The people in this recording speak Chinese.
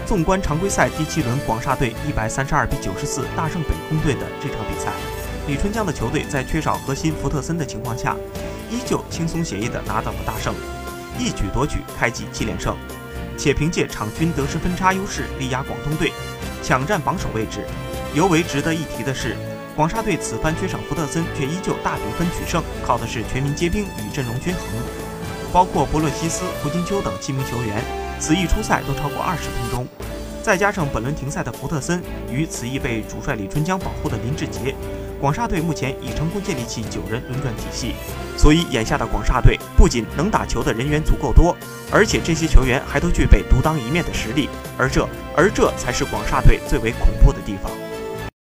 纵观常规赛第7轮广厦队132比94大胜北控队的这场比赛，李春江的球队在缺少核心福特森的情况下，依旧轻松写意地拿到了大胜，一举夺取开季7连胜，且凭借场均得失分差优势力压广东队，抢占榜首位置。尤为值得一提的是，广厦队此番缺少福特森，却依旧大比分取胜，靠的是全民皆兵与阵容均衡，包括伯洛西斯、胡金秋等7名球员，此役出赛都超过20分钟。再加上本轮停赛的福特森与此役被主帅李春江保护的林志杰，广厦队目前已成功建立起9人轮转体系。所以眼下的广厦队不仅能打球的人员足够多，而且这些球员还都具备独当一面的实力，而这才是广厦队最为恐怖的地方。